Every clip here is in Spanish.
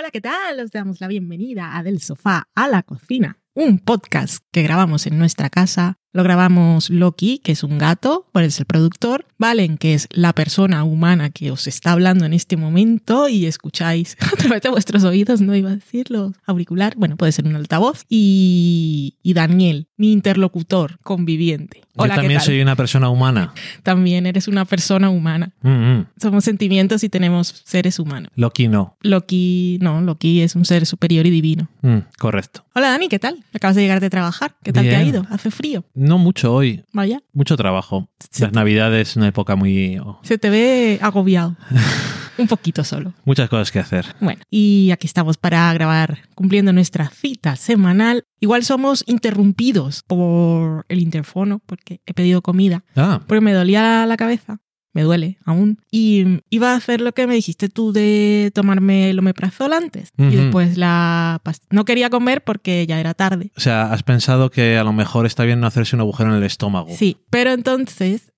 Hola, ¿qué tal? Os damos la bienvenida a Del Sofá a la Cocina, un podcast que grabamos en nuestra casa. Lo grabamos Loki, que es un gato, es el productor, Valen, que es la persona humana que os está hablando en este momento y escucháis a través de vuestros oídos, no iba a decirlo, auricular, bueno, puede ser un altavoz, y Daniel, mi interlocutor conviviente. Hola, yo también soy una persona humana. También eres una persona humana. Somos sentimientos y tenemos seres humanos. Loki no. Loki es un ser superior y divino. Correcto. Hola Dani, ¿qué tal? Acabas de llegar de trabajar. ¿Qué tal te ha ido? ¿Hace frío? No mucho hoy. Vaya. Mucho trabajo. Las Navidades es una época muy... Se te ve agobiado. Un poquito solo. Muchas cosas que hacer. Bueno, y aquí estamos para grabar, cumpliendo nuestra cita semanal. Igual somos interrumpidos por el interfono, porque he pedido comida. Porque me dolía la cabeza. Me duele aún. Y iba a hacer lo que me dijiste tú de tomarme el omeprazol antes. Y después no quería comer porque ya era tarde. O sea, has pensado que a lo mejor está bien no hacerse un agujero en el estómago. Sí, pero entonces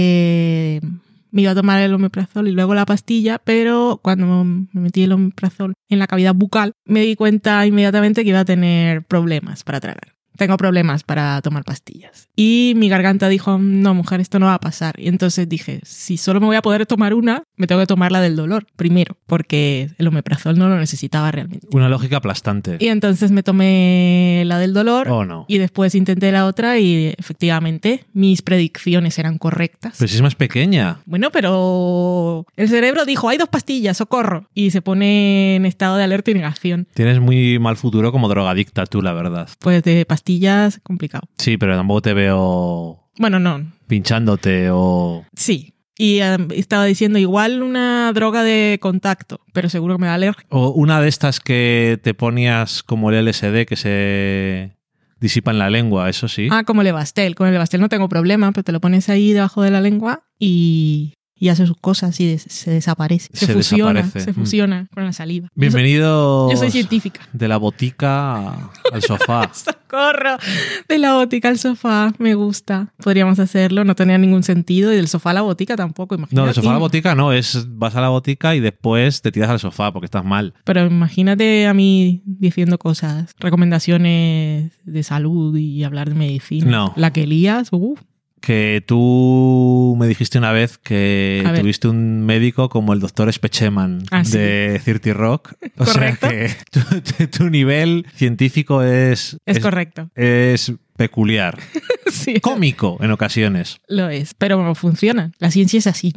me iba a tomar el omeprazol y luego la pastilla, pero cuando me metí el omeprazol en la cavidad bucal me di cuenta inmediatamente que iba a tener problemas para tragar. Tengo problemas para tomar pastillas. Y mi garganta dijo, no, mujer, esto no va a pasar. Y entonces dije, si solo me voy a poder tomar una, me tengo que tomar la del dolor primero, porque el omeprazol no lo necesitaba realmente. Una lógica aplastante. Y entonces me tomé la del dolor y después intenté la otra y efectivamente mis predicciones eran correctas. Pero si es más pequeña. Bueno, pero el cerebro dijo, hay 2 pastillas, socorro. Y se pone en estado de alerta y negación. Tienes muy mal futuro como drogadicta tú, la verdad. Pues de pastillas, complicado. Sí, pero tampoco te veo... Bueno, no. Pinchándote o... Sí. Y estaba diciendo igual una droga de contacto, pero seguro que me da alergia. O una de estas que te ponías como el LSD que se disipa en la lengua, eso sí. Como el Levastel. Con el Levastel no tengo problema, pero te lo pones ahí debajo de la lengua y hace sus cosas y se desaparece. Se fusiona con la saliva. Bienvenidos. Yo soy científica. De la botica al sofá. ¡Socorro! De la botica al sofá. Me gusta. Podríamos hacerlo. No tenía ningún sentido. Y del sofá a la botica tampoco. Imagínate. No, del sofá a la botica no. Vas a la botica y después te tiras al sofá porque estás mal. Pero imagínate a mí diciendo cosas, recomendaciones de salud y hablar de medicina. No. La que lías, Que tú me dijiste una vez que tuviste un médico como el doctor Specheman de 30 Rock. O ¿correcto? Sea que tu nivel científico es correcto. Es peculiar. Sí. Cómico en ocasiones. Lo es, pero funciona. La ciencia es así.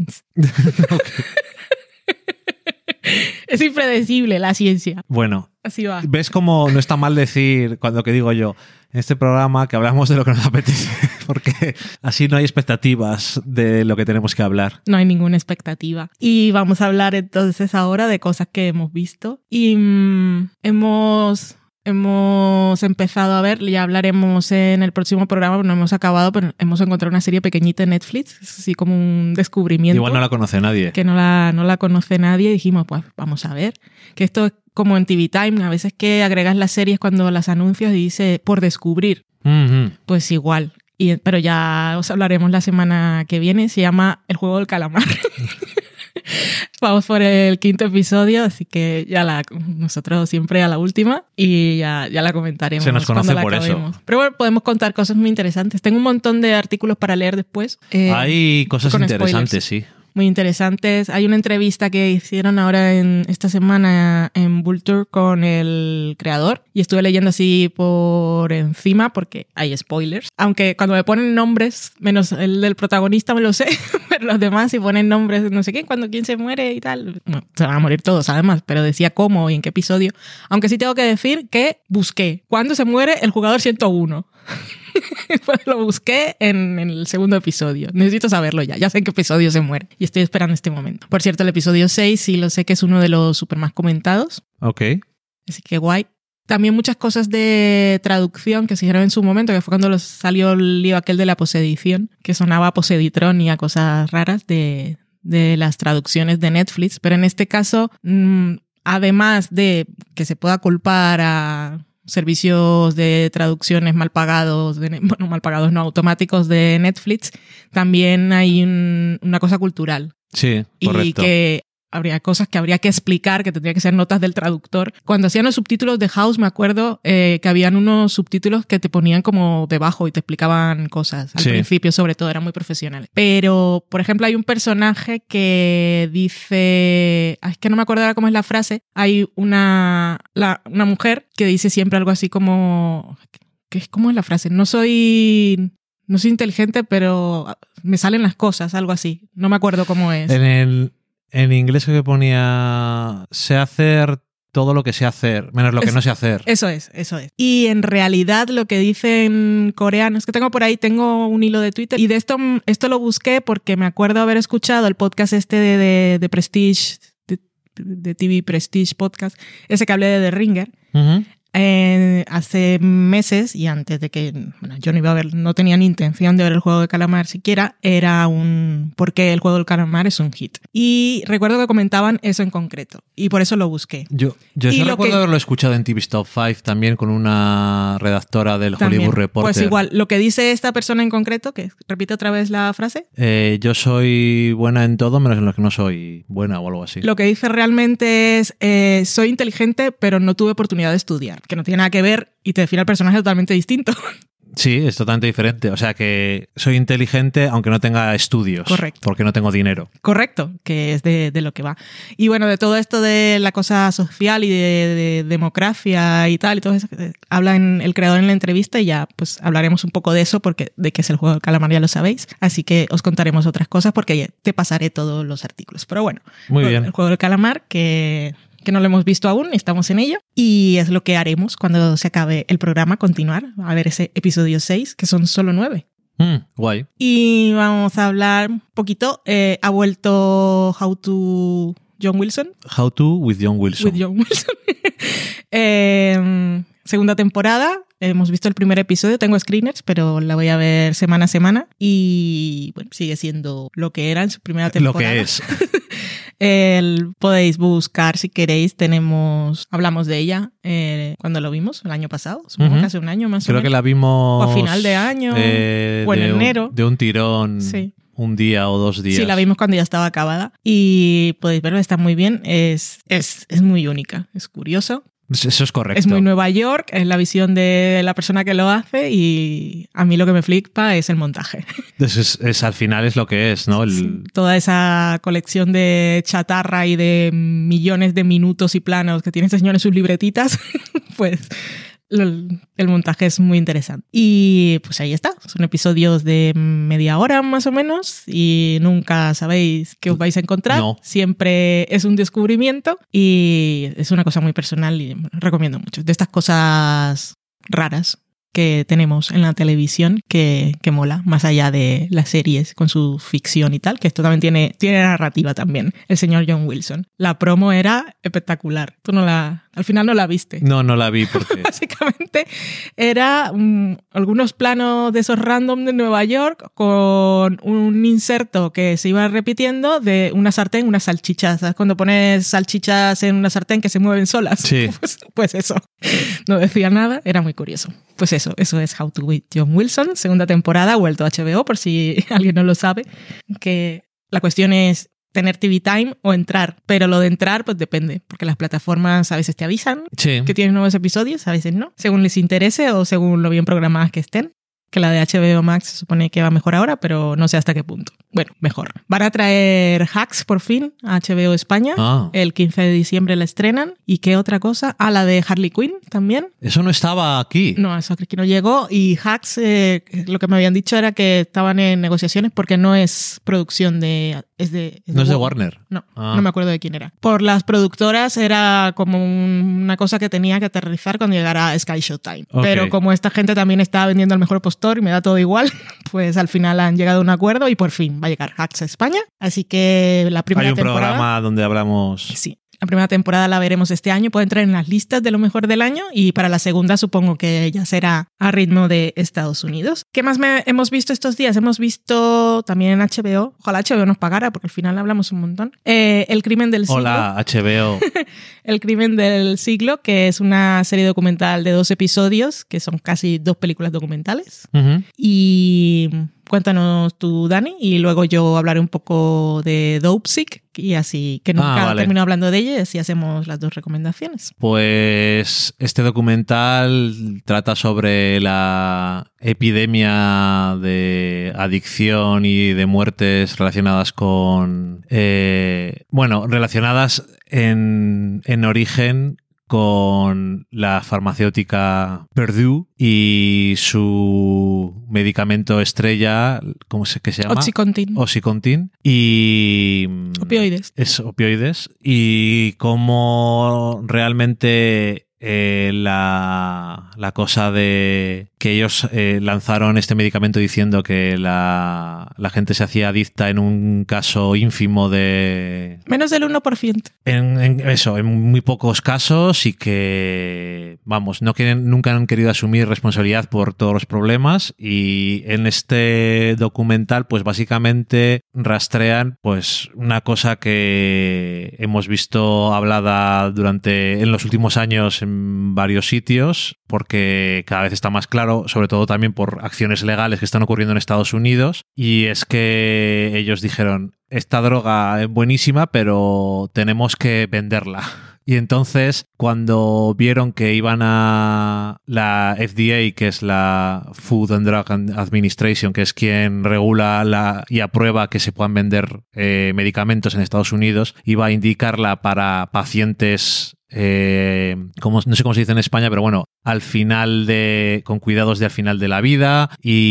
Es impredecible la ciencia. Bueno, así va. ¿Ves cómo no está mal decir cuando que digo yo en este programa que hablamos de lo que nos apetece? Porque así no hay expectativas de lo que tenemos que hablar. No hay ninguna expectativa. Y vamos a hablar entonces ahora de cosas que hemos visto. Y hemos empezado a ver, ya hablaremos en el próximo programa, no hemos acabado, pero hemos encontrado una serie pequeñita en Netflix, así como un descubrimiento. Igual no la conoce nadie. Que no la conoce nadie. Y dijimos, pues vamos a ver. Que esto es como en TV Time, a veces que agregas las series cuando las anuncias y dice por descubrir. Pues igual. Pero ya os hablaremos la semana que viene. Se llama El Juego del Calamar. Vamos por el 5º episodio, así que nosotros siempre a la última y ya la comentaremos. Se nos conoce por acabemos. eso. Pero bueno, podemos contar cosas muy interesantes. Tengo un montón de artículos para leer después. Hay cosas interesantes, spoilers. sí. Muy interesantes. Hay una entrevista que hicieron ahora esta semana en Vulture con el creador y estuve leyendo así por encima porque hay spoilers. Aunque cuando me ponen nombres, menos el del protagonista me lo sé, pero los demás si ponen nombres no sé quién se muere y tal. Bueno, se van a morir todos además, pero decía cómo y en qué episodio. Aunque sí tengo que decir que busqué cuándo se muere el jugador 101. Pues lo busqué en el 2º episodio. Necesito saberlo ya sé en qué episodio se muere y estoy esperando este momento. Por cierto, el episodio 6 sí lo sé que es uno de los super más comentados. Ok. Así que guay. También muchas cosas de traducción que se hicieron en su momento, que fue cuando salió el lío aquel de la posedición, que sonaba a Poseditron y a cosas raras de las traducciones de Netflix. Pero en este caso, además de que se pueda culpar a servicios de traducciones mal pagados, mal pagados no, automáticos de Netflix, también hay una cosa cultural. Sí, correcto. Y que habría cosas que habría que explicar, que tendría que ser notas del traductor. Cuando hacían los subtítulos de House, me acuerdo que habían unos subtítulos que te ponían como debajo y te explicaban cosas. Al principio, sobre todo, eran muy profesionales. Pero, por ejemplo, hay un personaje que dice... Es que no me acuerdo ahora cómo es la frase. Hay una mujer que dice siempre algo así como... ¿Cómo es la frase? No soy inteligente, pero me salen las cosas, algo así. No me acuerdo cómo es. En inglés que ponía sé hacer todo lo que sé hacer, menos lo que no sé hacer. Eso es. Y en realidad lo que dice en coreano, es que tengo un hilo de Twitter y de esto lo busqué porque me acuerdo haber escuchado el podcast este de Prestige, de TV Prestige Podcast, ese que hablé de The Ringer. Uh-huh. Hace meses y antes de que yo no iba a ver, no tenía ni intención de ver el juego de calamar siquiera, porque el juego del calamar es un hit. Y recuerdo que comentaban eso en concreto y por eso lo busqué. Yo recuerdo haberlo escuchado en TV's Top 5 también con una redactora del también, Hollywood Reporter. Pues igual, lo que dice esta persona en concreto, que repite otra vez la frase. Yo soy buena en todo menos en lo que no soy buena o algo así. Lo que dice realmente es soy inteligente pero no tuve oportunidad de estudiar. Que no tiene nada que ver y te define el personaje totalmente distinto. Sí, es totalmente diferente. O sea que soy inteligente aunque no tenga estudios. Correcto. Porque no tengo dinero. Correcto, que es de lo que va. Y bueno, de todo esto de la cosa social y de democracia y tal, y todo eso, habla el creador en la entrevista y ya pues hablaremos un poco de eso porque de qué es el juego del calamar ya lo sabéis. Así que os contaremos otras cosas porque te pasaré todos los artículos. Pero bueno, muy bien. El juego del calamar que no lo hemos visto aún, estamos en ello, y es lo que haremos cuando se acabe el programa, continuar a ver ese episodio 6, que son solo 9. Guay. Y vamos a hablar un poquito, ha vuelto How to John Wilson. How to with John Wilson. With John Wilson. Segunda temporada. Hemos visto el primer episodio, tengo screeners, pero la voy a ver semana a semana y bueno, sigue siendo lo que era en su primera temporada. Lo que es. Podéis buscar si queréis, hablamos de ella cuando lo vimos el año pasado, supongo que hace un año más o menos. Creo que la vimos o a final de año o en enero. De un tirón. Sí. Un día o 2 días. Sí, la vimos cuando ya estaba acabada y podéis verlo, está muy bien, es muy única, es curioso. Eso es correcto. Es muy Nueva York, es la visión de la persona que lo hace y a mí lo que me flipa es el montaje. Es al final es lo que es, ¿no? Sí, toda esa colección de chatarra y de millones de minutos y planos que tiene este señor en sus libretitas, pues el montaje es muy interesante. Y pues ahí está, son episodios de media hora más o menos y nunca sabéis qué os vais a encontrar. No. Siempre es un descubrimiento y es una cosa muy personal y recomiendo mucho. De estas cosas raras que tenemos en la televisión que mola, más allá de las series con su ficción y tal, que esto también tiene narrativa también, el señor John Wilson. La promo era espectacular. Tú al final no la viste. No la vi porque... Básicamente era algunos planos de esos random de Nueva York con un inserto que se iba repitiendo de una sartén, unas salchichas. ¿Sabes? Cuando pones salchichas en una sartén que se mueven solas. Sí. Pues eso. No decía nada, era muy curioso. Pues eso es How to with John Wilson, segunda temporada, ha vuelto a HBO, por si alguien no lo sabe, que la cuestión es tener TV Time o entrar, pero lo de entrar pues depende, porque las plataformas a veces te avisan que tienen nuevos episodios, a veces no, según les interese o según lo bien programadas que estén, que la de HBO Max se supone que va mejor ahora, pero no sé hasta qué punto. Bueno, mejor. Van a traer Hacks por fin a HBO España. El 15 de diciembre la estrenan. ¿Y qué otra cosa? La de Harley Quinn también. Eso no estaba aquí. No, eso aquí no llegó. Y Hacks, lo que me habían dicho era que estaban en negociaciones porque no es producción de... ¿No es de Warner? No, no me acuerdo de quién era. Por las productoras era como una cosa que tenía que aterrizar cuando llegara a Sky Showtime. Okay. Pero como esta gente también estaba vendiendo al mejor postor y me da todo igual, pues al final han llegado a un acuerdo y por fin va a llegar Hacks a España. Así que la primera temporada... Hay un programa donde hablamos... Sí. La primera temporada la veremos este año, puede entrar en las listas de lo mejor del año y para la segunda supongo que ya será a ritmo de Estados Unidos. ¿Qué más hemos visto estos días? Hemos visto también en HBO, ojalá HBO nos pagara porque al final hablamos un montón, El crimen del siglo. Hola, HBO. El crimen del siglo, que es una serie documental de 2 episodios, que son casi 2 películas documentales. Uh-huh. Y cuéntanos tú, Dani, y luego yo hablaré un poco de Dopesick, y así que nunca termino hablando de ella, y así hacemos las 2 recomendaciones. Pues este documental trata sobre la epidemia de adicción y de muertes relacionadas con... relacionadas en origen con la farmacéutica Purdue y su medicamento estrella, ¿cómo se llama? Oxycontin. Y... opioides. Es opioides. Y cómo realmente... la cosa de que ellos lanzaron este medicamento diciendo que la gente se hacía adicta en un caso ínfimo de... menos del 1%. En muy pocos casos, y que, nunca han querido asumir responsabilidad por todos los problemas, y en este documental pues básicamente rastrean pues una cosa que hemos visto hablada en los últimos años en varios sitios, porque cada vez está más claro, sobre todo también por acciones legales que están ocurriendo en Estados Unidos, y es que ellos dijeron, esta droga es buenísima, pero tenemos que venderla. Y entonces, cuando vieron que iban a la FDA, que es la Food and Drug Administration, que es quien regula y aprueba que se puedan vender medicamentos en Estados Unidos, iba a indicarla para pacientes... no sé cómo se dice en España, pero bueno, con cuidados de al final de la vida,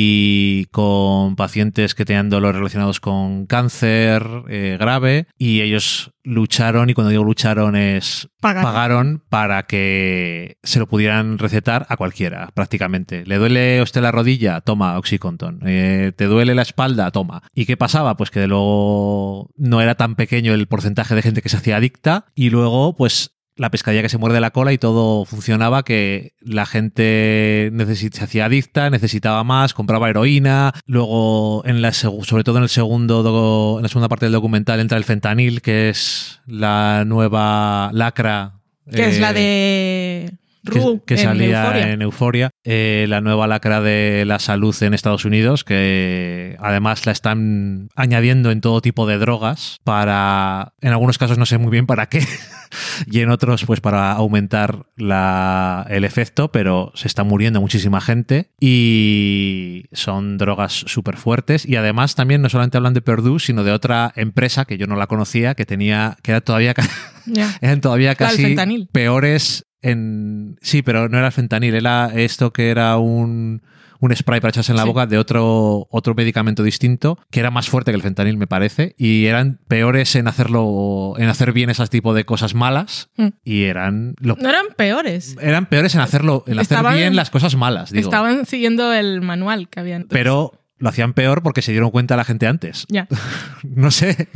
y con pacientes que tenían dolores relacionados con cáncer grave, y ellos lucharon, y cuando digo lucharon es pagaron para que se lo pudieran recetar a cualquiera, prácticamente. ¿Le duele a usted la rodilla? Toma Oxycontin. ¿Te duele la espalda? Toma. ¿Y qué pasaba? Pues que luego no era tan pequeño el porcentaje de gente que se hacía adicta, y luego pues la pescadilla que se muerde la cola, y todo funcionaba, que la gente se hacía adicta, necesitaba más, compraba heroína. Luego, sobre todo en la segunda parte del documental, entra el fentanil, que es la nueva lacra. Que es la de... que salía en Euphoria, la nueva lacra de la salud en Estados Unidos, que además la están añadiendo en todo tipo de drogas en algunos casos no sé muy bien para qué, y en otros pues para aumentar el efecto, pero se está muriendo muchísima gente, y son drogas súper fuertes. Y además también no solamente hablan de Purdue, sino de otra empresa que yo no la conocía, que era todavía eran todavía casi peores. Sí, pero no era el fentanil, era esto que era un spray para echarse en la boca de otro medicamento distinto, que era más fuerte que el fentanil, me parece, y eran peores en hacer bien ese tipo de cosas malas, y no eran peores. Eran peores en hacer bien las cosas malas, digo. Estaban siguiendo el manual que habían. Pero lo hacían peor porque se dieron cuenta la gente antes. Ya. No sé,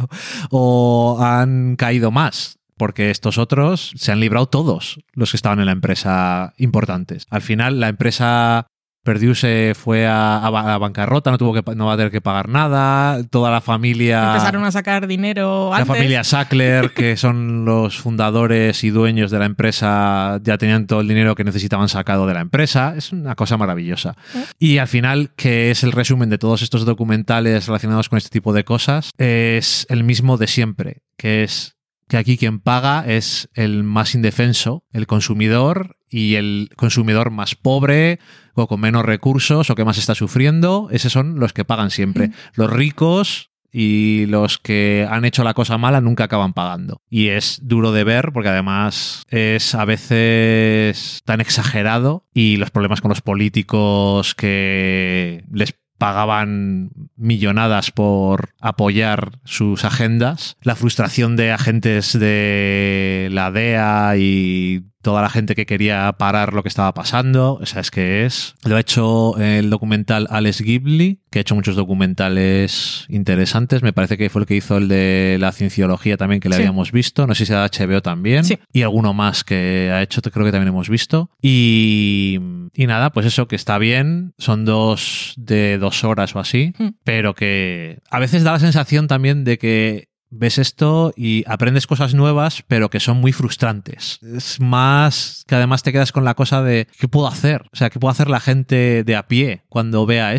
o han caído más. Porque estos otros se han librado todos los que estaban en la empresa importantes. Al final, la empresa Purdue se fue a bancarrota, no va a tener que pagar nada. Toda la familia... Empezaron a sacar dinero antes. La familia Sackler, que son los fundadores y dueños de la empresa, ya tenían todo el dinero que necesitaban sacado de la empresa. Es una cosa maravillosa. Y al final, que es el resumen de todos estos documentales relacionados con este tipo de cosas, es el mismo de siempre, que es que aquí quien paga es el más indefenso, el consumidor, y el consumidor más pobre o con menos recursos o que más está sufriendo, esos son los que pagan siempre. Los ricos y los que han hecho la cosa mala nunca acaban pagando. Y es duro de ver porque además es a veces tan exagerado, y los problemas con los políticos que les pagaban millonadas por apoyar sus agendas, la frustración de agentes de la DEA y toda la gente que quería parar lo que estaba pasando. O sea, es que lo ha hecho el documental Alex Gibney, que ha hecho muchos documentales interesantes. Me parece que fue el que hizo el de la cienciología también, que le habíamos visto. No sé si era HBO también. Sí. Y alguno más que ha hecho, creo que también hemos visto. Y nada, pues eso, que está bien. Son 2 horas o así, pero que a veces da la sensación también de que ves esto y aprendes cosas nuevas, pero que son muy frustrantes. Es más que además te quedas con la cosa de ¿qué puedo hacer? O sea, ¿qué puede hacer la gente de a pie cuando vea esto?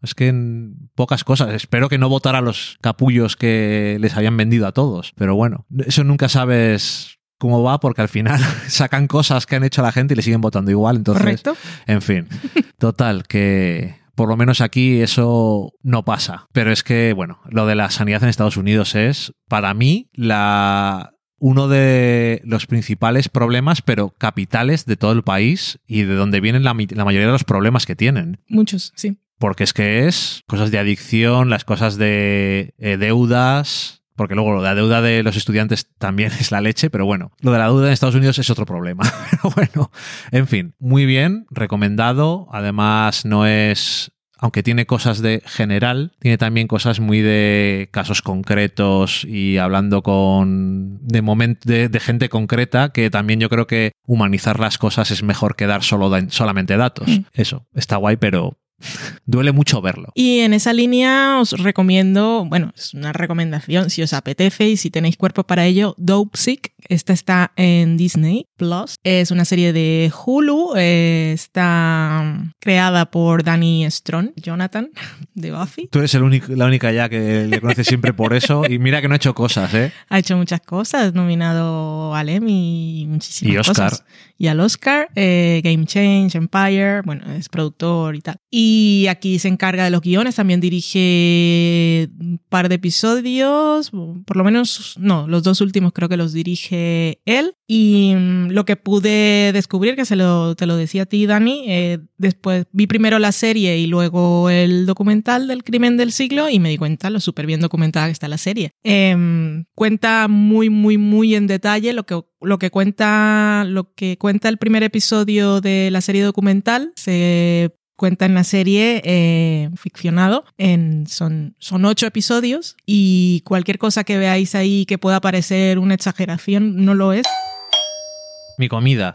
Es que en pocas cosas. Espero que no votara los capullos que les habían vendido a todos. Pero bueno, eso nunca sabes cómo va, porque al final sacan cosas que han hecho a la gente y le siguen votando igual. Entonces, correcto. En fin, total, que por lo menos aquí eso no pasa. Pero es que, bueno, lo de la sanidad en Estados Unidos es, para mí, uno de los principales problemas, pero capitales de todo el país y de donde vienen la mayoría de los problemas que tienen. Muchos, sí. Porque es cosas de adicción, las cosas de deudas. Porque luego lo de la deuda de los estudiantes también es la leche, pero bueno, lo de la deuda en Estados Unidos es otro problema. Pero bueno, en fin, muy bien, recomendado. Además, no es... Aunque tiene cosas de general, tiene también cosas muy de casos concretos y hablando de gente concreta, que también yo creo que humanizar las cosas es mejor que dar solamente datos. Eso, está guay, pero... duele mucho verlo. Y en esa línea os recomiendo, bueno, es una recomendación si os apetece y si tenéis cuerpo para ello, Dopesick. Esta está en Disney Plus. Es una serie de Hulu. Está creada por Danny Strong, Jonathan, de Buffy. Tú eres la única ya que le conoces siempre por eso. Y mira que no ha hecho cosas, ¿eh? Ha hecho muchas cosas. Nominado al Emmy y muchísimas cosas. Y al Oscar. Game Change, Empire. Bueno, es productor y tal. Y aquí se encarga de los guiones. También dirige un par de episodios. Por lo menos, no, los 2 últimos creo que los dirige él. Y lo que pude descubrir, que te lo decía a ti, Dani, después vi primero la serie y luego el documental del crimen del siglo y me di cuenta lo súper bien documentada que está la serie. Cuenta muy, muy, muy en detalle lo que cuenta el primer episodio de la serie documental. Se cuenta en la serie ficcionado. Son 8 episodios y cualquier cosa que veáis ahí que pueda parecer una exageración no lo es. Mi comida.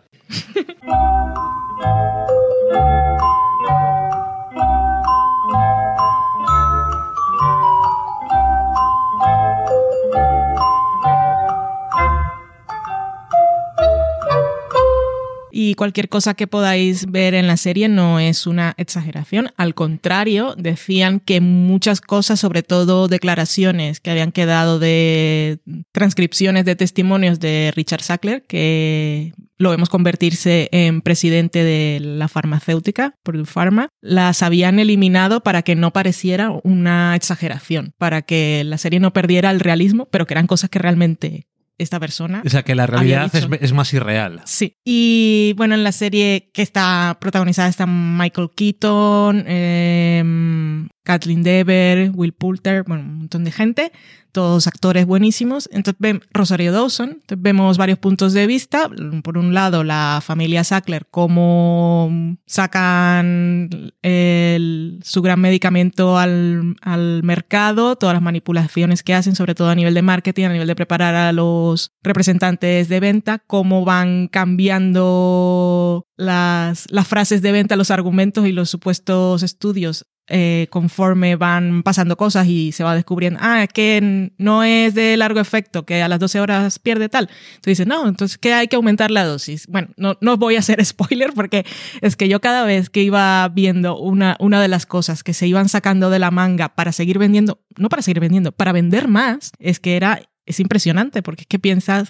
Y cualquier cosa que podáis ver en la serie no es una exageración. Al contrario, decían que muchas cosas, sobre todo declaraciones que habían quedado de transcripciones de testimonios de Richard Sackler, que lo vemos convertirse en presidente de la farmacéutica, Purdue Pharma, las habían eliminado para que no pareciera una exageración, para que la serie no perdiera el realismo, pero que eran cosas que realmente esta persona... O sea, que la realidad es más irreal. Sí. Y bueno, en la serie que está protagonizada está Michael Keaton, Kathleen Dever, Will Poulter, bueno, un montón de gente, todos actores buenísimos. Entonces Rosario Dawson, entonces vemos varios puntos de vista. Por un lado, la familia Sackler, cómo sacan su gran medicamento al mercado, todas las manipulaciones que hacen, sobre todo a nivel de marketing, a nivel de preparar a los representantes de venta, cómo van cambiando las frases de venta, los argumentos y los supuestos estudios conforme van pasando cosas y se va descubriendo, que no es de largo efecto, que a las 12 horas pierde tal. Entonces dices, no, entonces que hay que aumentar la dosis. Bueno, no voy a hacer spoiler porque es que yo cada vez que iba viendo una de las cosas que se iban sacando de la manga para seguir vendiendo, no para seguir vendiendo, para vender más, es impresionante porque es que piensas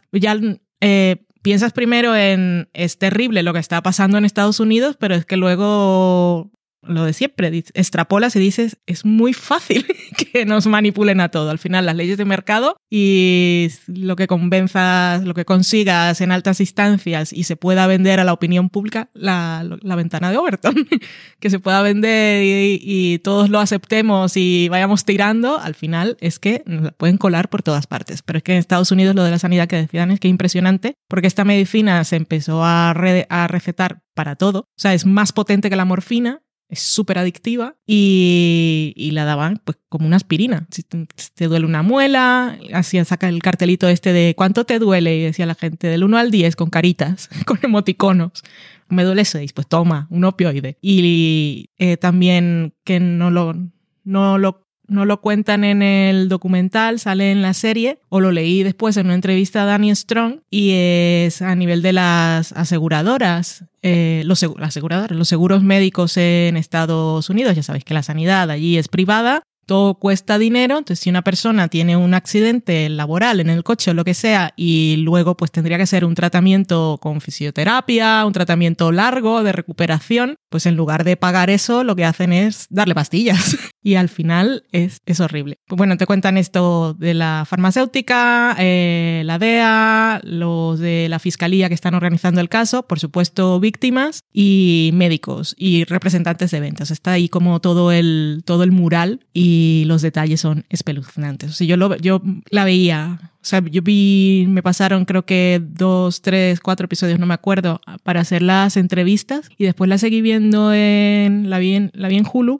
primero en es terrible lo que está pasando en Estados Unidos, pero es que luego lo de siempre, extrapolas y dices, es muy fácil que nos manipulen a todo. Al final, las leyes de mercado y lo que consigas en altas instancias y se pueda vender a la opinión pública, la ventana de Overton, que se pueda vender y todos lo aceptemos y vayamos tirando, al final es que nos la pueden colar por todas partes. Pero es que en Estados Unidos lo de la sanidad que decían es que es impresionante, porque esta medicina se empezó a recetar para todo. O sea, es más potente que la morfina, es súper adictiva y la daban pues como una aspirina. Si te duele una muela, saca el cartelito de ¿cuánto te duele? Y decía la gente del 1 al 10 con caritas, con emoticonos. Me duele 6, pues toma, un opioide. Y también que no lo no lo cuentan en el documental, sale en la serie, o lo leí después en una entrevista a Danny Strong, y es a nivel de las aseguradoras. Los seguros médicos en Estados Unidos, ya sabéis que la sanidad allí es privada, todo cuesta dinero, entonces si una persona tiene un accidente laboral en el coche o lo que sea y luego pues tendría que ser un tratamiento con fisioterapia, un tratamiento largo de recuperación, pues en lugar de pagar eso lo que hacen es darle pastillas y al final es horrible. Pues bueno, te cuentan esto de la farmacéutica, la DEA, los de la fiscalía que están organizando el caso, por supuesto víctimas y médicos y representantes de ventas. Está ahí como todo el mural y los detalles son espeluznantes. O sea, yo la veía, o sea, me pasaron creo que 2, 3, 4 episodios, no me acuerdo, para hacer las entrevistas y después la seguí viendo la vi en Hulu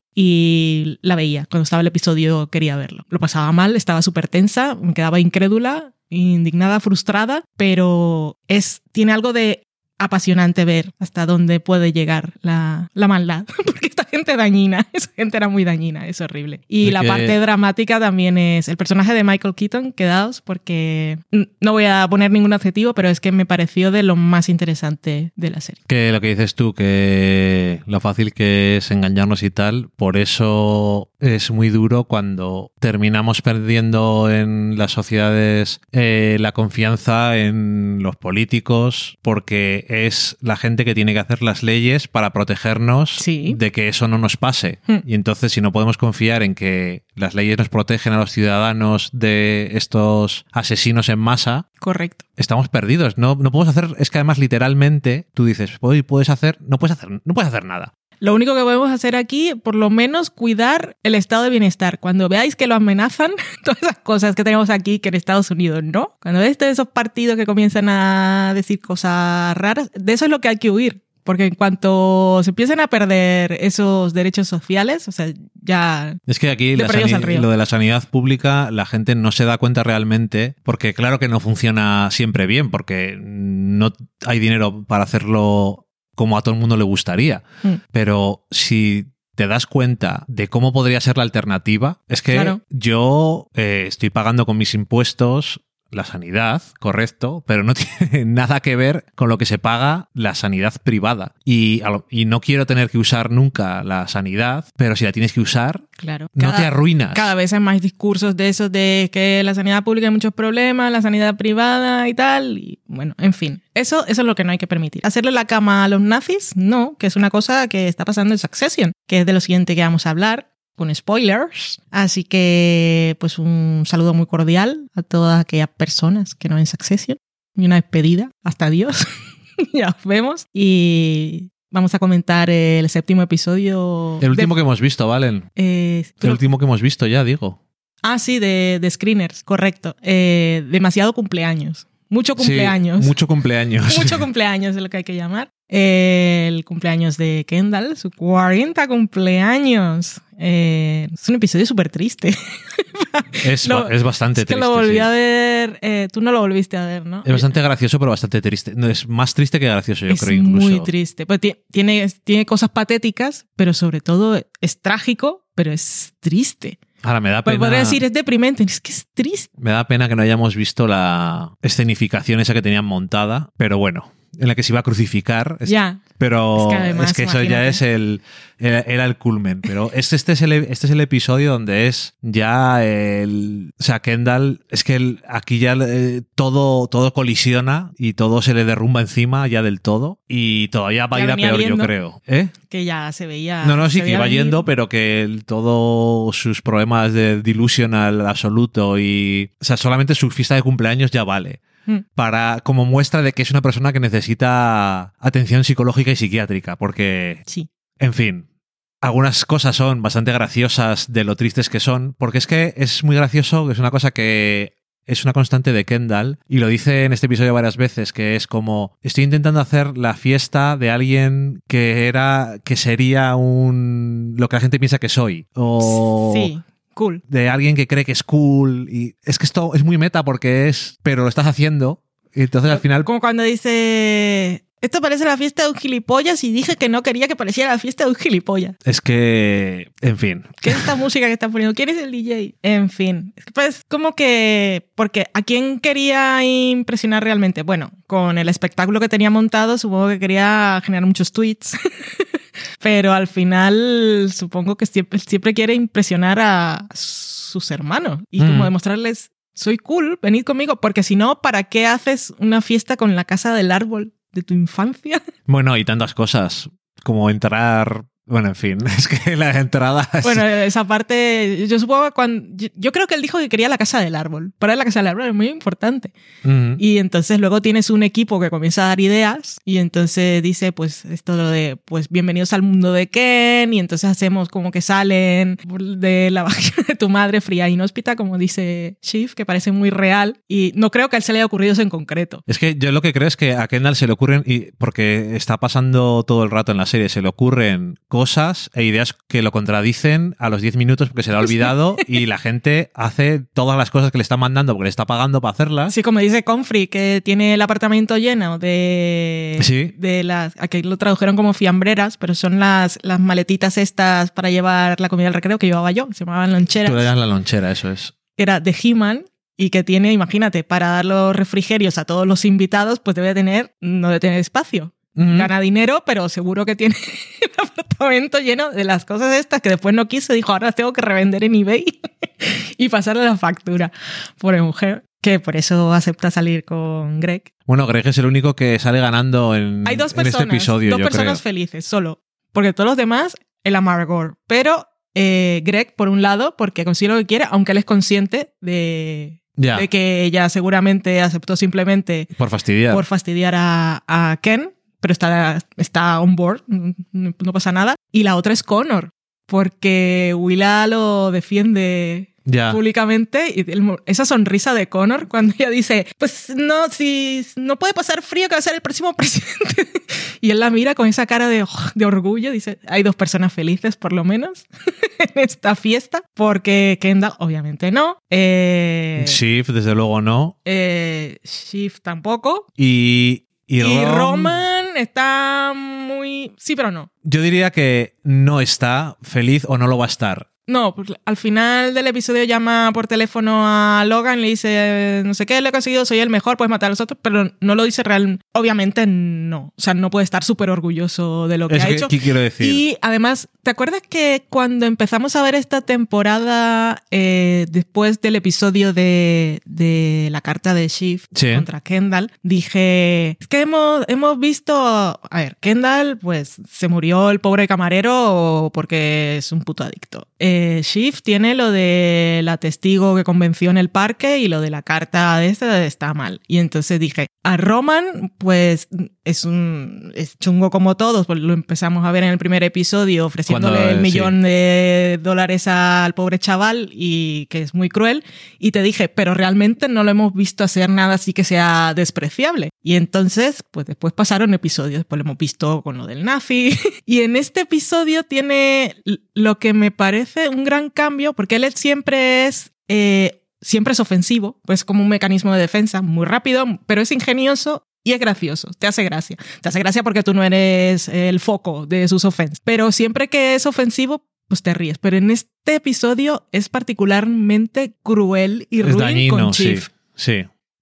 y la veía. Cuando estaba el episodio quería verlo. Lo pasaba mal, estaba súper tensa, me quedaba incrédula, indignada, frustrada, pero tiene algo de apasionante ver hasta dónde puede llegar la maldad, porque esta gente dañina, esa gente era muy dañina, es horrible. Y la parte dramática también es el personaje de Michael Keaton, quedaos, porque no voy a poner ningún adjetivo, pero es que me pareció de lo más interesante de la serie. Que lo que dices tú, que lo fácil que es engañarnos y tal, por eso es muy duro cuando terminamos perdiendo en las sociedades la confianza en los políticos, porque es la gente que tiene que hacer las leyes para protegernos de que eso no nos pase. Y entonces, si no podemos confiar en que las leyes nos protegen a los ciudadanos de estos asesinos en masa, correcto, estamos perdidos. No podemos hacer, es que además literalmente tú dices, no puedes hacer nada. Lo único que podemos hacer aquí, por lo menos, cuidar el estado de bienestar. Cuando veáis que lo amenazan, todas esas cosas que tenemos aquí que en Estados Unidos no. Cuando veis de esos partidos que comienzan a decir cosas raras, de eso es lo que hay que huir. Porque en cuanto se empiecen a perder esos derechos sociales, o sea, ya... Es que aquí lo de la sanidad pública, la gente no se da cuenta realmente, porque claro que no funciona siempre bien, porque no hay dinero para hacerlo como a todo el mundo le gustaría. Pero si te das cuenta de cómo podría ser la alternativa, es que yo estoy pagando con mis impuestos la sanidad, correcto, pero no tiene nada que ver con lo que se paga la sanidad privada. Y no quiero tener que usar nunca la sanidad, pero si la tienes que usar, no te arruinas. Cada vez hay más discursos de esos de que la sanidad pública hay muchos problemas, la sanidad privada y tal. Y bueno, en fin, eso es lo que no hay que permitir. ¿Hacerle la cama a los nazis? No, que es una cosa que está pasando en Succession, que es de lo siguiente que vamos a hablar, con spoilers. Así que, pues un saludo muy cordial a todas aquellas personas que no ven Succession. Y una despedida. Hasta Dios. Ya nos vemos. Y vamos a comentar el 7º episodio. El último que hemos visto, Valen. El último que hemos visto ya, digo. Ah, sí, de Screeners, correcto. Demasiado cumpleaños. Mucho cumpleaños. Sí, mucho cumpleaños. Mucho cumpleaños es lo que hay que llamar. El cumpleaños de Kendall, su 40 cumpleaños. Es un episodio súper triste. Es bastante triste. Lo volví a ver. Tú no lo volviste a ver, ¿no? Es bastante gracioso, pero bastante triste. No, es más triste que gracioso, yo creo, incluso. Es muy triste. Pues tiene cosas patéticas, pero sobre todo es trágico, pero es triste. Ahora me da pena. Podría decir, es deprimente, es que es triste. Me da pena que no hayamos visto la escenificación esa que tenían montada, pero bueno, en la que se iba a crucificar. Ya. Pero es que eso ya es era el culmen. Pero este es el episodio donde es ya o sea, Kendall, es que aquí ya todo colisiona y todo se le derrumba encima ya del todo. Y todavía va a ir a peor, yo creo. Que ya se veía. No, sí, que iba yendo, pero que todos sus problemas de delusional absoluto y. O sea, solamente su fiesta de cumpleaños ya vale. Como muestra de que es una persona que necesita atención psicológica y psiquiátrica, porque, en fin, algunas cosas son bastante graciosas de lo tristes que son, porque es que es muy gracioso, que es una cosa que es una constante de Kendall, y lo dice en este episodio varias veces, que es como, estoy intentando hacer la fiesta de alguien que sería lo que la gente piensa que soy, o... Sí. Cool. De alguien que cree que es cool. Y es que esto es muy meta porque pero lo estás haciendo. Y entonces al final. Como cuando dice esto parece la fiesta de un gilipollas y dije que no quería que pareciera la fiesta de un gilipollas. Es que, en fin. ¿Qué es esta música que están poniendo? ¿Quién es el DJ? En fin, pues como que... Porque ¿a quién quería impresionar realmente? Bueno, con el espectáculo que tenía montado supongo que quería generar muchos tweets. Pero al final supongo que siempre quiere impresionar a sus hermanos y como demostrarles, soy cool, venid conmigo, porque si no, ¿para qué haces una fiesta con la casa del árbol de tu infancia? Bueno, y tantas cosas como entrar... Bueno, en fin, es que las entradas... Bueno, esa parte, yo supongo que yo creo que él dijo que quería la casa del árbol. Para él la casa del árbol es muy importante. Y entonces luego tienes un equipo que comienza a dar ideas y entonces dice, pues esto lo de, pues bienvenidos al mundo de Ken, y entonces hacemos como que salen de la vagina de tu madre fría e inhóspita, como dice Shiv, que parece muy real. Y no creo que a él se le haya ocurrido eso en concreto. Es que yo lo que creo es que a Kendall se le ocurren, y porque está pasando todo el rato en la serie, se le ocurren cosas e ideas que lo contradicen a los 10 minutos porque se le ha olvidado y la gente hace todas las cosas que le está mandando porque le está pagando para hacerlas. Sí, como dice Comfrey, que tiene el apartamento lleno de... Sí. De las... Aquí lo tradujeron como fiambreras, pero son las maletitas estas para llevar la comida al recreo que llevaba yo. Se llamaban loncheras. Tú le das la lonchera, eso es. Era de He-Man. Y que tiene, imagínate, para dar los refrigerios a todos los invitados, pues no debe tener espacio. Gana dinero, pero seguro que tiene el apartamento lleno de las cosas estas que después no quiso. Dijo, ahora las tengo que revender en eBay y pasarle la factura. Pobre mujer, que por eso acepta salir con Greg. Bueno, Greg es el único que sale ganando en este episodio, dos personas felices, solo. Porque todos los demás, el amargor. Pero Greg, por un lado, porque consigue lo que quiere, aunque él es consciente de que ella seguramente aceptó simplemente por fastidiar a Ken. Pero está on board, no pasa nada. Y la otra es Connor, porque Willa lo defiende públicamente. Y esa sonrisa de Connor cuando ella dice, pues no, si no puede pasar frío que va a ser el próximo presidente. Y él la mira con esa cara de orgullo. Dice, hay 2 personas felices por lo menos en esta fiesta, porque Kendall obviamente no. Shiv, desde luego no. Shiv tampoco. Y Roman está muy... Sí, pero no. Yo diría que no está feliz o no lo va a estar. No, pues al final del episodio llama por teléfono a Logan, le dice, no sé qué, lo he conseguido, soy el mejor, puedes matar a los otros, pero no lo dice real. Obviamente no. O sea, no puede estar súper orgulloso de lo que ha hecho. ¿Qué quiero decir? Y además, ¿te acuerdas que cuando empezamos a ver esta temporada, después del episodio de la carta de Shiv contra Kendall, dije, es que hemos visto... A ver, Kendall, pues se murió el pobre camarero porque es un puto adicto. Shiv tiene lo de la testigo que convenció en el parque y lo de la carta de está mal. Y entonces dije, a Roman, pues es chungo como todos, pues lo empezamos a ver en el primer episodio ofreciéndole el millón de dólares al pobre chaval y que es muy cruel. Y te dije, pero realmente no lo hemos visto hacer nada así que sea despreciable. Y entonces, pues después pasaron episodios, después lo hemos visto con lo del Nazi. Y en este episodio tiene lo que me parece un gran cambio, porque él siempre es ofensivo, pues como un mecanismo de defensa, muy rápido, pero es ingenioso y es gracioso, te hace gracia. Te hace gracia porque tú no eres el foco de sus ofensas. Pero siempre que es ofensivo, pues te ríes. Pero en este episodio es particularmente cruel y ruin dañino, con Shiv. Sí.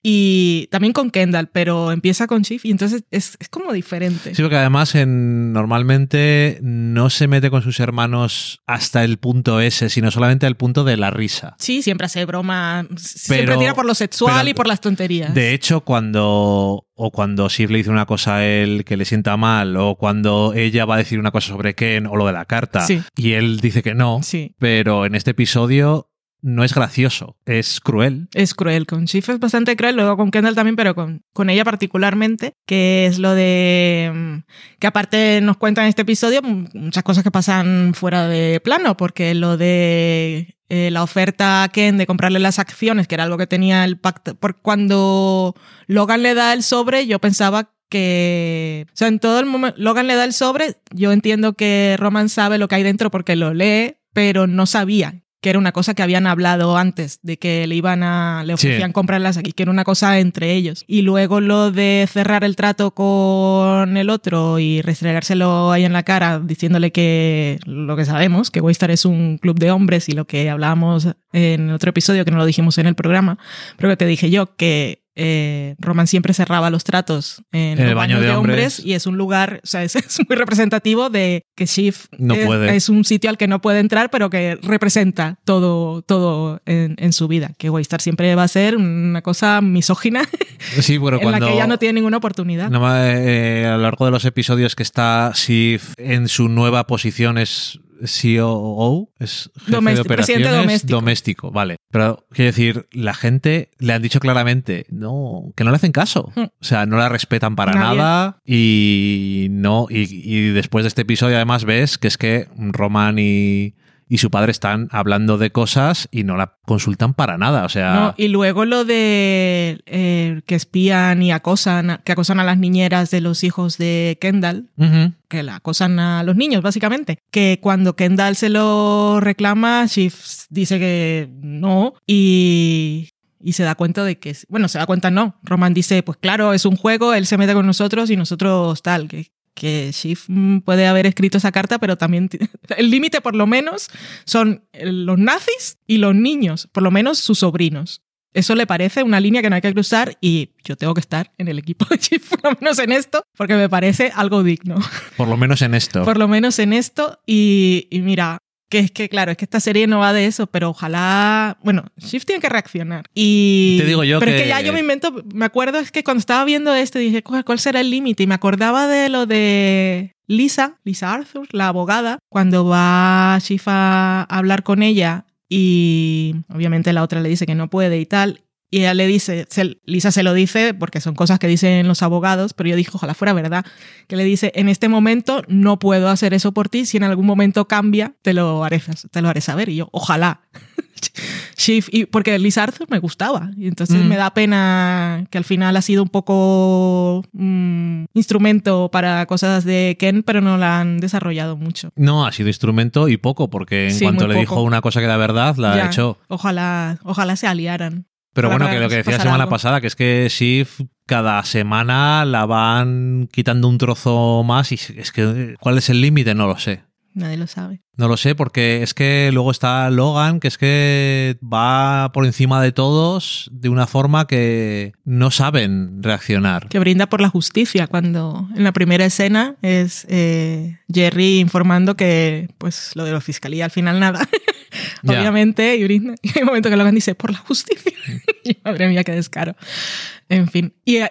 Y también con Kendall, pero empieza con Shiv y entonces es como diferente. Sí, porque además normalmente no se mete con sus hermanos hasta el punto ese, sino solamente al punto de la risa. Sí, siempre hace broma, siempre tira por lo sexual y por las tonterías. De hecho, cuando Shiv le dice una cosa a él que le sienta mal, o cuando ella va a decir una cosa sobre Ken o lo de la carta, y él dice que no, pero en este episodio... no es gracioso, es cruel. Es cruel, con Shiv es bastante cruel, luego con Kendall también, pero con ella particularmente, que es lo de... que aparte nos cuentan en este episodio muchas cosas que pasan fuera de plano, porque lo de la oferta a Ken de comprarle las acciones, que era algo que tenía el pacto... Por cuando Logan le da el sobre, yo pensaba que... O sea, en todo el momento Logan le da el sobre, yo entiendo que Roman sabe lo que hay dentro porque lo lee, pero no sabía que era una cosa que habían hablado antes, de que le ofrecían comprarlas aquí, que era una cosa entre ellos. Y luego lo de cerrar el trato con el otro y restregárselo ahí en la cara, diciéndole que lo que sabemos, que Waystar es un club de hombres, y lo que hablábamos en otro episodio, que no lo dijimos en el programa, pero que te dije yo, que Roman siempre cerraba los tratos en el baño de hombres, y es un lugar, o sea, es muy representativo de que Shiv es un sitio al que no puede entrar, pero que representa todo en su vida, que Waystar siempre va a ser una cosa misógina sí, pero en la que ella no tiene ninguna oportunidad. A lo largo de los episodios que está Shiv en su nueva posición es COO, es jefe de operaciones doméstico, vale. Pero quiero decir, la gente le han dicho claramente que no le hacen caso. O sea, no la respetan para nada y después de este episodio además ves que es que Roman y su padre están hablando de cosas y no la consultan para nada, o sea... No, y luego lo de que espían y que acosan a las niñeras de los hijos de Kendall, que la acosan a los niños, básicamente. Que cuando Kendall se lo reclama, Shiv dice que no, y se da cuenta de que... Bueno, se da cuenta no. Roman dice, pues claro, es un juego, él se mete con nosotros y nosotros tal, que Shiv puede haber escrito esa carta, pero también el límite por lo menos son los nazis y los niños, por lo menos sus sobrinos. Eso le parece una línea que no hay que cruzar, y yo tengo que estar en el equipo de Shiv, por lo menos en esto, porque me parece algo digno. Por lo menos en esto. Por lo menos en esto, y mira... Que es que, claro, es que esta serie no va de eso, pero ojalá... Bueno, Shiv tiene que reaccionar. Y... Te digo yo pero es que ya yo me acuerdo, es que cuando estaba viendo esto dije, ¿cuál será el límite? Y me acordaba de lo de Lisa Arthur, la abogada, cuando va Shiv a hablar con ella y obviamente la otra le dice que no puede y tal. Y ella le dice, Lisa se lo dice porque son cosas que dicen los abogados, pero yo dije, ojalá fuera verdad, que le dice, en este momento no puedo hacer eso por ti, si en algún momento cambia, te lo haré saber. Y yo, ojalá. Shiv, porque Lisa Arthur me gustaba, y entonces me da pena que al final ha sido un poco instrumento para cosas de Ken, pero no la han desarrollado mucho. No, ha sido instrumento y poco, porque en cuanto le dijo una cosa que era verdad, la ha hecho. Ojalá se aliaran. Pero bueno, que lo que decía la semana pasada, que es que Shiv cada semana la van quitando un trozo más, y es que ¿cuál es el límite? No lo sé. Nadie lo sabe. No lo sé, porque es que luego está Logan, que es que va por encima de todos de una forma que no saben reaccionar. Que brinda por la justicia, cuando en la primera escena es Jerry informando que pues lo de la fiscalía al final nada. Obviamente, y brinda. Y hay un momento que Logan dice, por la justicia. Y madre mía, qué descaro. En fin.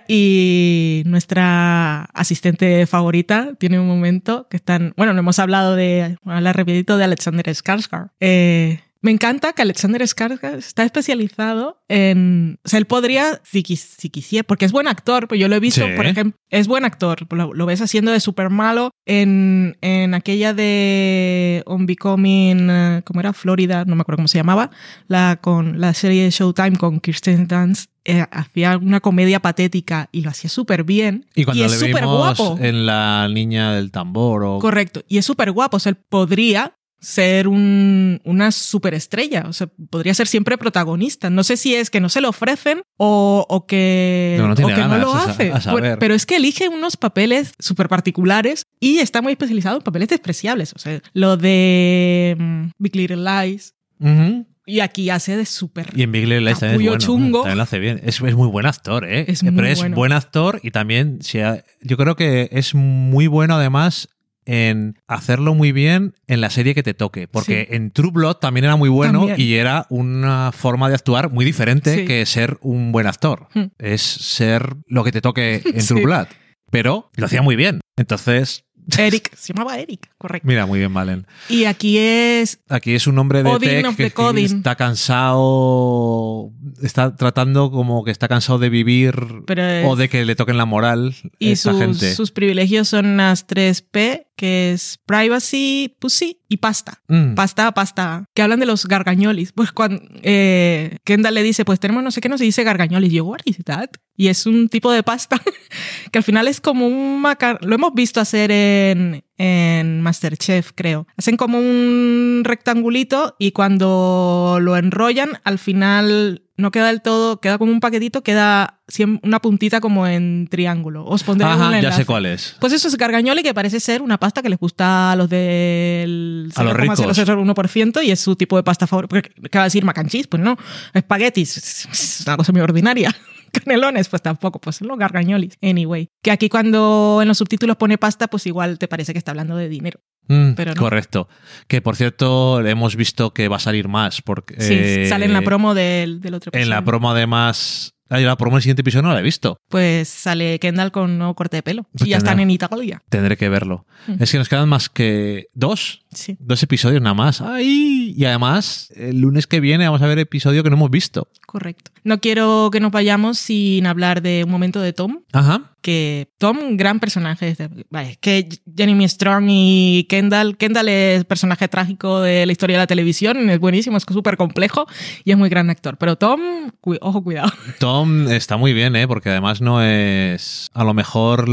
Y nuestra asistente favorita tiene un momento que están... Bueno, no hemos hablado de... hablar rapidito de Alexander Skarsgård. Me encanta que Alexander Skarsgård está especializado en... O sea, él podría, si quisiera, porque es buen actor, pues yo lo he visto, por ejemplo, es buen actor, lo ves haciendo de súper malo en aquella de On Becoming, ¿cómo era? Florida, no me acuerdo cómo se llamaba, con la serie de Showtime con Kirsten Dunst. Hacía una comedia patética y lo hacía súper bien. Y cuando es le súper vimos guapo. En La niña del tambor. Correcto. Y es súper guapo. O sea, él podría ser una superestrella. O sea, podría ser siempre protagonista. No sé si es que no se lo ofrecen o que no lo hace. Pero es que elige unos papeles súper particulares y está muy especializado en papeles despreciables. O sea, lo de Big Little Lies... Uh-huh. Y aquí hace de súper... Y en Big Little Lies también es bueno, chungo. También lo hace bien. Es muy buen actor, ¿eh? Es buen actor, y también yo creo que es muy bueno además en hacerlo muy bien en la serie que te toque. Porque en True Blood también era muy bueno y era una forma de actuar muy diferente que ser un buen actor. Es ser lo que te toque en True Blood. Pero lo hacía muy bien. Entonces... Eric, se llamaba Eric, correcto. Mira, muy bien, Valen. Y aquí es un hombre de Odin tech que está cansado, está tratando como que está cansado de vivir o de que le toquen la moral a esta gente. Sus privilegios son las 3P, que es privacy, pussy y pasta. Pasta, que hablan de los gargañolis. Pues cuando Kendall le dice, pues tenemos no sé qué, nos dice gargañolis. Yo, what is that? Y es un tipo de pasta que al final es como un macarrón. Lo hemos visto hacer en en MasterChef, creo. Hacen como un rectangulito y cuando lo enrollan, al final no queda del todo, queda como un paquetito, queda una puntita como en triángulo. Os pondré un enlace. Ya sé cuál es. Pues eso es gargagnoli, que parece ser una pasta que les gusta a los del... A los ricos. 1% y es su tipo de pasta favorita. Porque acaba de decir mac and cheese, pues no. Espaguetis, es una cosa muy ordinaria. Canelones, pues tampoco, pues son los gargagnolis. Anyway, que aquí cuando en los subtítulos pone pasta, pues igual te parece que está hablando de dinero. Pero no. Correcto. Que por cierto, hemos visto que va a salir más. Porque, sí, sale en la promo del otro episodio. En la promo, además. La promo del siguiente episodio no la he visto. Pues sale Kendall con un nuevo corte de pelo. Pues y ya están en Italia. Tendré que verlo. Es que nos quedan más que 2. Sí. 2 episodios nada más. ¡Ay! Y además, el lunes que viene vamos a ver episodio que no hemos visto. Correcto. No quiero que nos vayamos sin hablar de un momento de Tom. Ajá. Que Tom, gran personaje. Vale, que Jeremy Strong y Kendall es personaje trágico de la historia de la televisión, es buenísimo, es súper complejo y es muy gran actor. Pero Tom, ojo, cuidado. Tom está muy bien, porque además no es a lo mejor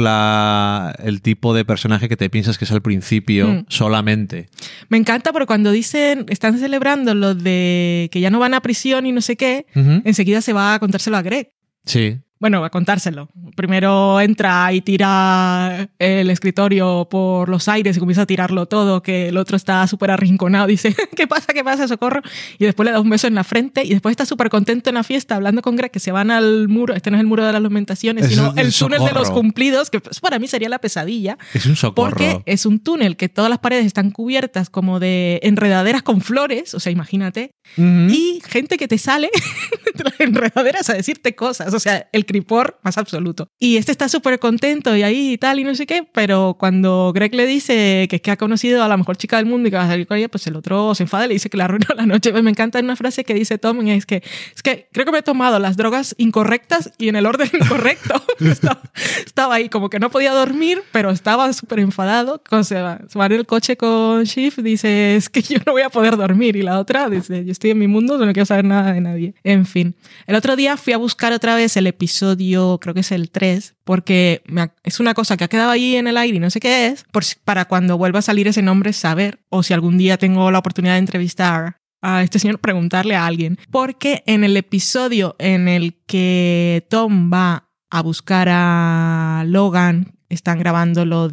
el tipo de personaje que te piensas que es al principio solamente. Me encanta porque cuando están celebrando lo de que ya no van a prisión y no sé qué, enseguida se va a contárselo a Greg. Sí. Bueno, a contárselo. Primero entra y tira el escritorio por los aires y comienza a tirarlo todo, que el otro está súper arrinconado, dice, ¿qué pasa? Socorro. Y después le da un beso en la frente y después está súper contento en la fiesta hablando con Greg, que se van al muro. Este no es el muro de las lamentaciones, sino el túnel de los cumplidos, que para mí sería la pesadilla. Es un socorro. Porque es un túnel que todas las paredes están cubiertas como de enredaderas con flores, o sea, imagínate, y gente que te sale de las enredaderas a decirte cosas, o sea, el cripor más absoluto. Y este está súper contento y ahí y tal y no sé qué, pero cuando Greg le dice que es que ha conocido a la mejor chica del mundo y que va a salir con ella, pues el otro se enfada y le dice que le arruinó la noche. Pues me encanta una frase que dice Tom, es que creo que me he tomado las drogas incorrectas y en el orden incorrecto. estaba ahí como que no podía dormir, pero estaba súper enfadado. Cuando se va en el coche con Shiv, dice, es que yo no voy a poder dormir. Y la otra dice, yo estoy en mi mundo, no quiero saber nada de nadie. En fin. El otro día fui a buscar otra vez el episodio, creo que es el 3, porque es una cosa que ha quedado ahí en el aire y no sé qué es, para cuando vuelva a salir ese nombre saber, o si algún día tengo la oportunidad de entrevistar a este señor, preguntarle a alguien. Porque en el episodio en el que Tom va a buscar a Logan, están grabando lo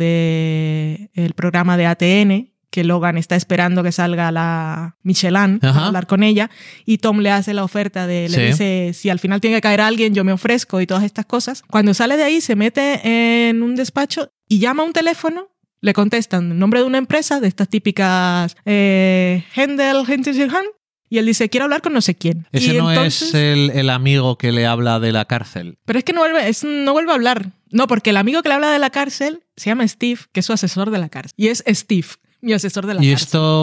de el programa de ATN, que Logan está esperando que salga la Michelin a hablar con ella, y Tom le hace la oferta le dice, si al final tiene que caer alguien, yo me ofrezco y todas estas cosas. Cuando sale de ahí, se mete en un despacho y llama a un teléfono, le contestan el nombre de una empresa, de estas típicas Hendel, y él dice, quiero hablar con no sé quién. Ese y no entonces, es el amigo que le habla de la cárcel. Pero es que no vuelve a hablar. No, porque el amigo que le habla de la cárcel se llama Steve, que es su asesor de la cárcel. Y es Steve, mi asesor de la cárcel. ¿Y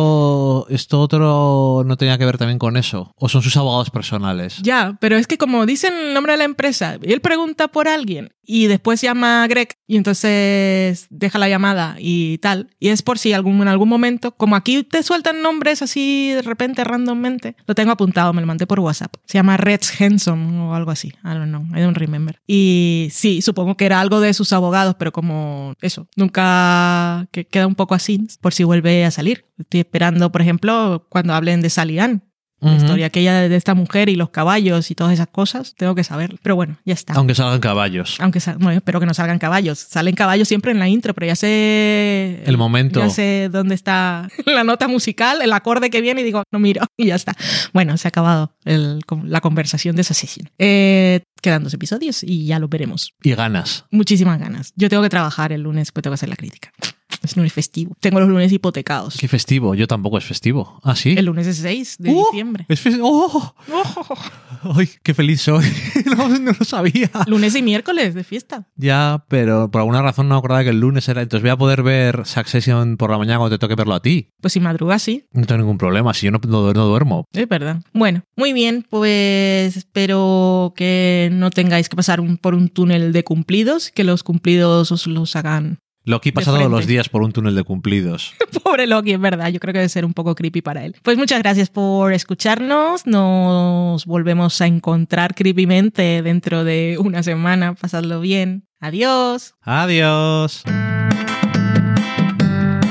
esto otro no tenía que ver también con eso? ¿O son sus abogados personales? Ya, pero es que como dicen el nombre de la empresa, y él pregunta por alguien y después llama a Greg y entonces deja la llamada y tal. Y es por si en algún momento, como aquí te sueltan nombres así de repente, randommente, lo tengo apuntado, me lo mandé por WhatsApp. Se llama Rex Henson o algo así. I don't know, I don't remember. Y sí, supongo que era algo de sus abogados, pero como eso, nunca que queda un poco así por si vuelve a salir. Estoy esperando, por ejemplo, cuando hablen de Sally Ann. La historia aquella de esta mujer y los caballos y todas esas cosas, tengo que saber. Pero bueno, ya está. Aunque salgan caballos. No, espero que no salgan caballos. Salen caballos siempre en la intro, pero ya sé... El momento. Ya sé dónde está la nota musical, el acorde que viene y digo, no miro. Y ya está. Bueno, se ha acabado la conversación de esa sesión. Quedan 2 episodios y ya lo veremos. Y ganas. Muchísimas ganas. Yo tengo que trabajar el lunes, pues tengo que hacer la crítica. Es lunes festivo. Tengo los lunes hipotecados. ¿Qué festivo? Yo tampoco es festivo. ¿Ah, sí? El lunes es 6 de diciembre. Es ¡Oh! ¡Ay, qué feliz soy! No lo sabía. Lunes y miércoles de fiesta. Ya, pero por alguna razón no me acordaba que el lunes era... Entonces voy a poder ver Succession por la mañana cuando te toque verlo a ti. Pues si madrugas, sí. No tengo ningún problema, si yo no duermo. Es verdad. Bueno, muy bien, pues espero que no tengáis que pasar por un túnel de cumplidos, que los cumplidos os los hagan... Loki pasa todos los días por un túnel de cumplidos. Pobre Loki, es verdad. Yo creo que debe ser un poco creepy para él. Pues muchas gracias por escucharnos. Nos volvemos a encontrar creepymente dentro de una semana. Pasadlo bien. Adiós. Adiós.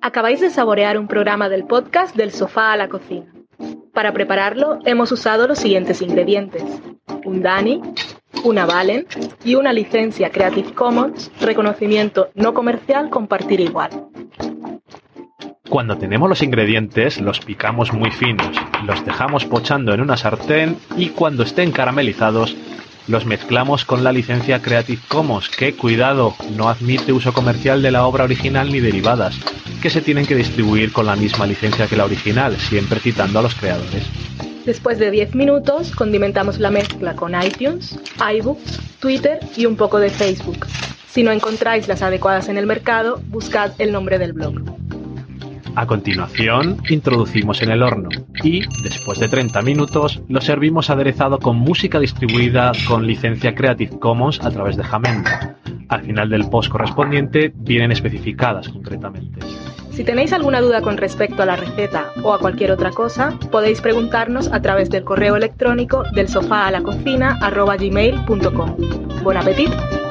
Acabáis de saborear un programa del podcast Del sofá a la cocina. Para prepararlo hemos usado los siguientes ingredientes: un Dani, una Valen y una licencia Creative Commons, reconocimiento no comercial, compartir igual. Cuando tenemos los ingredientes, los picamos muy finos, los dejamos pochando en una sartén y cuando estén caramelizados, los mezclamos con la licencia Creative Commons, que, cuidado, no admite uso comercial de la obra original ni derivadas, que se tienen que distribuir con la misma licencia que la original, siempre citando a los creadores. Después de 10 minutos, condimentamos la mezcla con iTunes, iBooks, Twitter y un poco de Facebook. Si no encontráis las adecuadas en el mercado, buscad el nombre del blog. A continuación, introducimos en el horno y, después de 30 minutos, lo servimos aderezado con música distribuida con licencia Creative Commons a través de Jamendo. Al final del post correspondiente vienen especificadas concretamente. Si tenéis alguna duda con respecto a la receta o a cualquier otra cosa, podéis preguntarnos a través del correo electrónico delsofaalacocina@gmail.com. ¡Bon appetit!